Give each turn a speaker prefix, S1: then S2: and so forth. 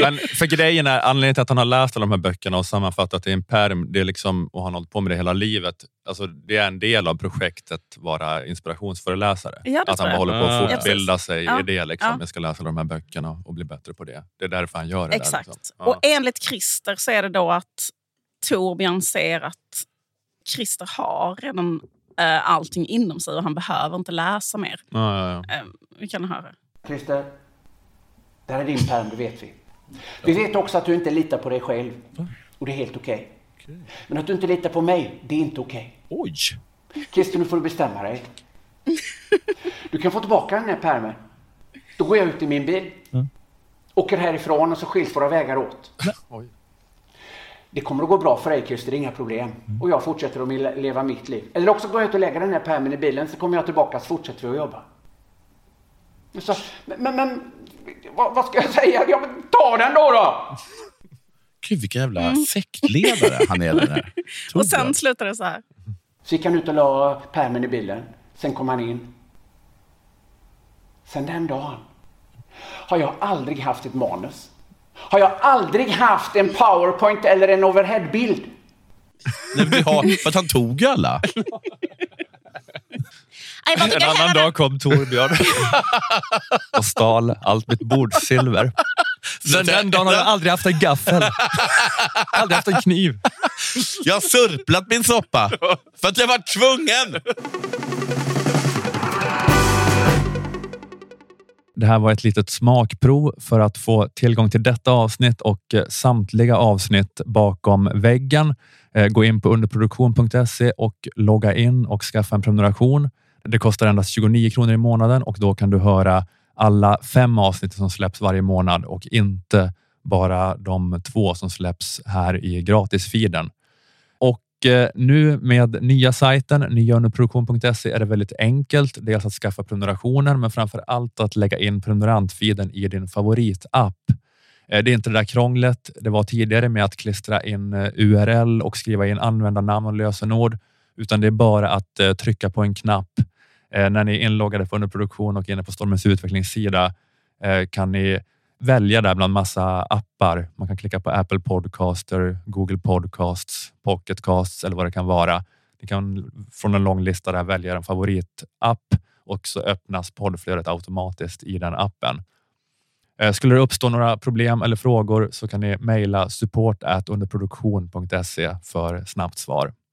S1: Men för grejen är, anledningen till att han har läst alla de här böckerna och sammanfattat i en pärm, det är liksom, och han har hållit på med det hela livet. Alltså det är en del av projektet vara inspirationsföreläsare.
S2: Ja,
S1: att han bara håller på att fortbilda sig
S2: Ja.
S1: i det liksom. Jag ska läsa de här böckerna och bli bättre på det. Det är därför han gör det.
S2: Exakt.
S1: Där, liksom.
S2: Och enligt Christer så är det då att Torbjörn ser att Christer har redan allting inom sig och han behöver inte läsa mer. Vi kan höra.
S3: Christer, det här är din pärm, det vet vi. Vi vet också att du inte litar på dig själv. Och det är helt okej. Men att du inte litar på mig, det är inte okej.
S4: Oj!
S3: Christer, nu får du bestämma dig. Du kan få tillbaka den här pärmen. Då går jag ut i min bil. Åker härifrån och så skiljs våra vägar åt.
S1: Oj.
S3: Det kommer att gå bra för dig, Christer, det är inga problem. Och jag fortsätter att leva mitt liv. Eller också går jag ut och lägger den här pärmen i bilen, så kommer jag tillbaka och fortsätter vi att jobba. Så, men vad ska jag säga? Ja, men ta den då!
S4: Gud, vilken jävla sektledare han är, den här.
S2: Och sen slutar det så här.
S3: Så gick han ut och la pärmen i bilen. Sen kom han in. Sen den dagen har jag aldrig haft ett manus. Har jag aldrig haft en PowerPoint eller en overheadbild.
S4: Nej, för att han tog alla.
S1: En annan dag kom Torbjörn och stal allt mitt bordssilver. Den dagen har jag aldrig haft en gaffel. Aldrig haft en kniv.
S4: Jag har surplat min soppa för att jag var tvungen.
S1: Det här var ett litet smakprov. För att få tillgång till detta avsnitt och samtliga avsnitt bakom väggen. Gå in på underproduktion.se och logga in och skaffa en prenumeration. Det kostar endast 29 kronor i månaden och då kan du höra alla 5 avsnitt som släpps varje månad och inte bara de 2 som släpps här i gratisfeeden. Och nu med nya sajten, nyaunderproduktion.se, är det väldigt enkelt. Dels att skaffa prenumerationen, men framför allt att lägga in prenumerantfeeden i din favoritapp. Det är inte det där krånglet det var tidigare med att klistra in URL och skriva in användarnamn och lösenord, utan det är bara att trycka på en knapp. När ni är inloggade på Underproduktion och inne på Stormens utvecklingssida kan ni välja där bland massa appar. Man kan klicka på Apple Podcaster, Google Podcasts, Pocket Casts eller vad det kan vara. Ni kan från en lång lista där välja en favoritapp och så öppnas poddflödet automatiskt i den appen. Skulle det uppstå några problem eller frågor så kan ni mejla support@underproduktion.se för snabbt svar.